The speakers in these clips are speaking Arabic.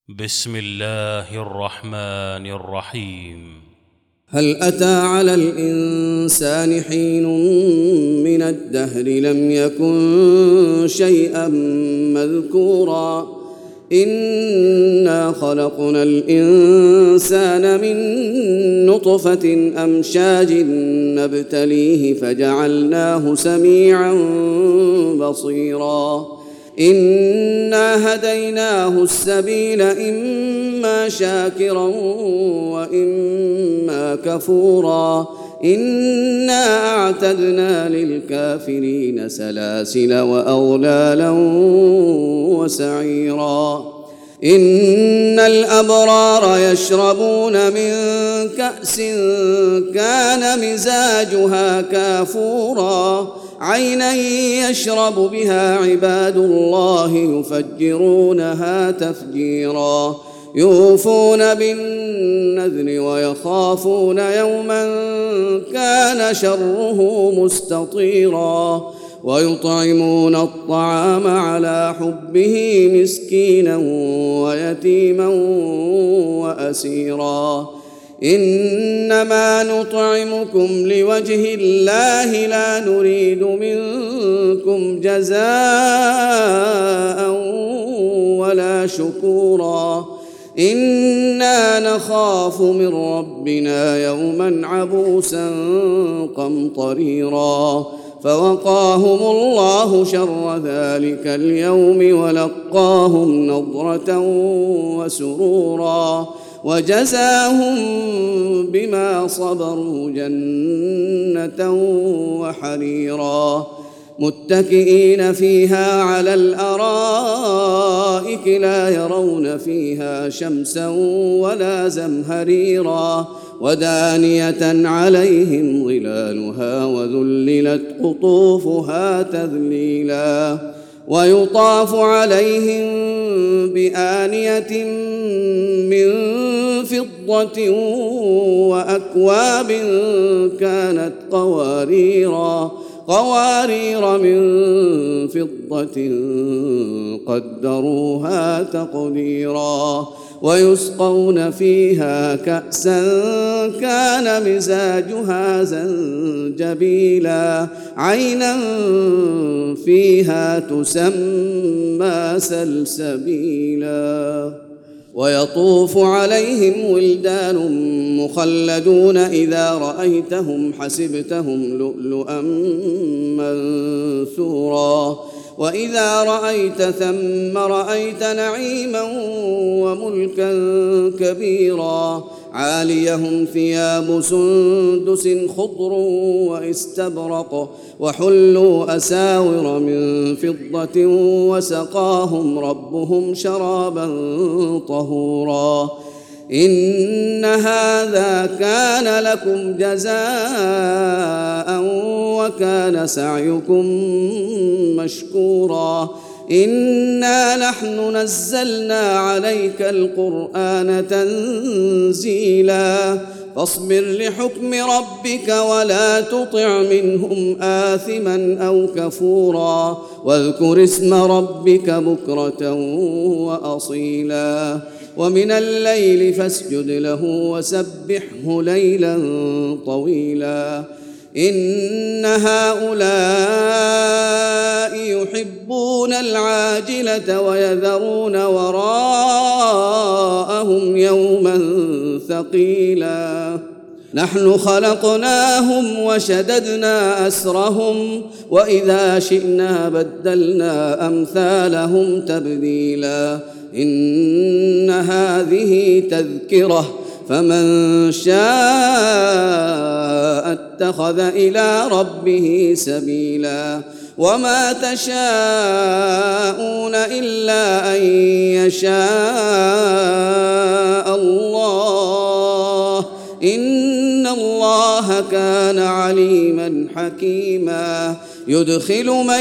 بسم الله الرحمن الرحيم. هل أتى على الإنسان حين من الدهر لم يكن شيئا مذكورا إنا خلقنا الإنسان من نطفة أمشاج نبتليه فجعلناه سميعا بصيرا إنا هديناه السبيل إما شاكرا وإما كفورا إنا أعتدنا للكافرين سلاسل وأغلالا وسعيرا إن الأبرار يشربون من كأس كان مزاجها كافورا عينا يشرب بها عباد الله يفجرونها تفجيرا يوفون بالنذر ويخافون يوما كان شره مستطيرا ويطعمون الطعام على حبه مسكينا ويتيما وأسيرا إنما نطعمكم لوجه الله لا نريد منكم جزاء ولا شكورا إنا نخاف من ربنا يوما عبوسا قمطريرا فوقاهم الله شر ذلك اليوم ولقاهم نضرة وسرورا وجزاهم بما صبروا جنة وحريرا متكئين فيها على الأرائك لا يرون فيها شمسا ولا زمهريرا ودانية عليهم ظلالها وذللت قطوفها تذليلا ويطاف عليهم بآنية من فضة وأكواب كانت قوارير من فضة قدروها تقديرا ويسقون فيها كأسا كان مزاجها زنجبيلا عينا فيها تسمى سلسبيلا ويطوف عليهم ولدان مخلدون إذا رأيتهم حسبتهم لؤلؤا منثورا وإذا رأيت ثم رأيت نعيما وملكا كبيرا عاليهم ثياب سندس خضر واستبرق وحلوا أساور من فضة وسقاهم ربهم شرابا طهورا إن هذا كان لكم جزاء وكان سعيكم مشكورا إنا نحن نزلنا عليك القرآن تنزيلا فاصبر لحكم ربك ولا تطع منهم آثما أو كفورا واذكر اسم ربك بكرة وأصيلا ومن الليل فاسجد له وسبحه ليلا طويلا إن هؤلاء يحبون العاجلة ويذرون وراءهم يوما ثقيلا نحن خلقناهم وشددنا أسرهم وإذا شئنا بدلنا أمثالهم تبديلا إن هذه تذكرة فمن شاء اتخذ إلى ربه سبيلا وما تشاءون إلا أن يشاء الله إن الله كان عليما حكيما يدخل من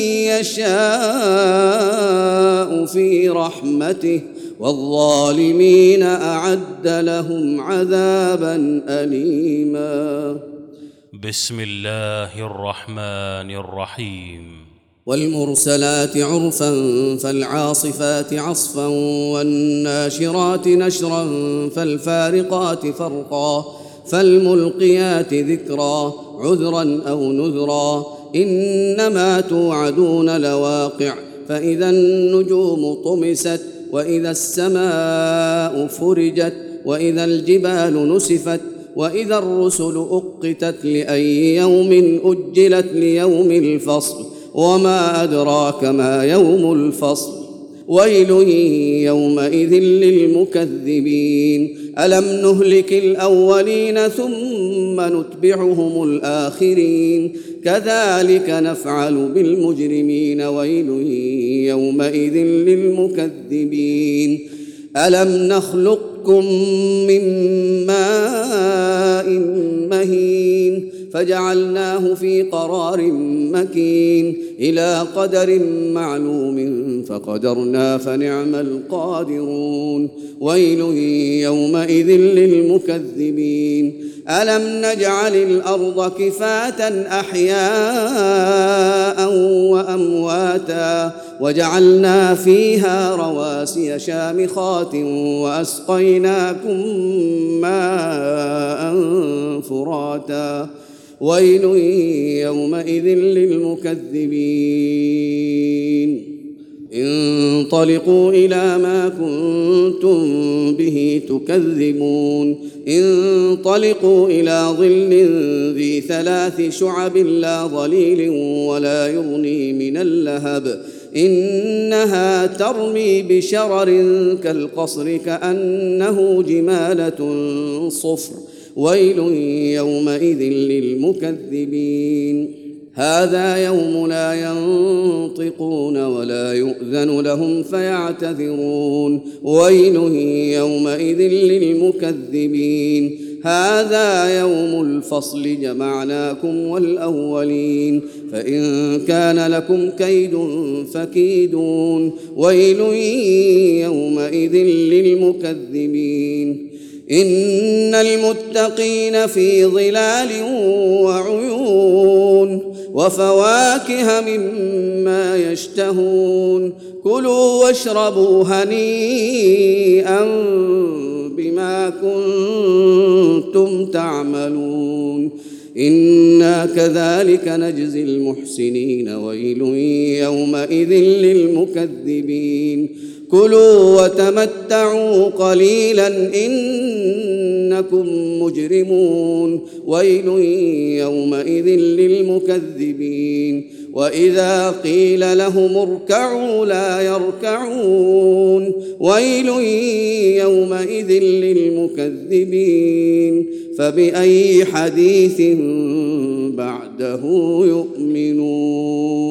يشاء في رحمته والظالمين أعد لهم عذابا أليما بسم الله الرحمن الرحيم. والمرسلات عرفا فالعاصفات عصفا فالناشرات نشرا فالفارقات فرقا فالملقيات ذكرا عذرا أو نذرا إنما توعدون لواقع فإذا النجوم طمست وإذا السماء فرجت وإذا الجبال نسفت وإذا الرسل أقتت لأي يوم أجلت ليوم الفصل وما أدراك ما يوم الفصل ويل يومئذ للمكذبين ألم نهلك الأولين ثم نتبعهم الآخرين كذلك نفعل بالمجرمين ويل يومئذ للمكذبين ألم نخلقكم من ماء مهين فجعلناه في قرار مكين إلى قدر معلوم فقدرنا فنعم القادرون ويل يومئذ للمكذبين ألم نجعل الأرض كفاة أحياء وأمواتا وجعلنا فيها رواسي شامخات وأسقيناكم ماء فراتا ويل يومئذ للمكذبين انطلقوا إلى ما كنتم به تكذبون انطلقوا إلى ظل ذي 3 شعب لا ظليل ولا يغني من اللهب إنها ترمي بشرر كالقصر كأنه جمالة صفر ويل يومئذ للمكذبين هذا يوم لا ينطقون ولا يؤذن لهم فيعتذرون ويل يومئذ للمكذبين هذا يوم الفصل جمعناكم والأولين فإن كان لكم كيد فكيدون ويل يومئذ للمكذبين إن المتقين في ظلال وعيون وفواكه مما يشتهون كلوا واشربوا هنيئا بما كنتم تعملون إنا كذلك نجزي المحسنين ويل يومئذ للمكذبين كلوا وتمتعوا قليلا إنكم مجرمون ويل يومئذ للمكذبين وإذا قيل لهم اركعوا لا يركعون ويل يومئذ للمكذبين فبأي حديث بعده يؤمنون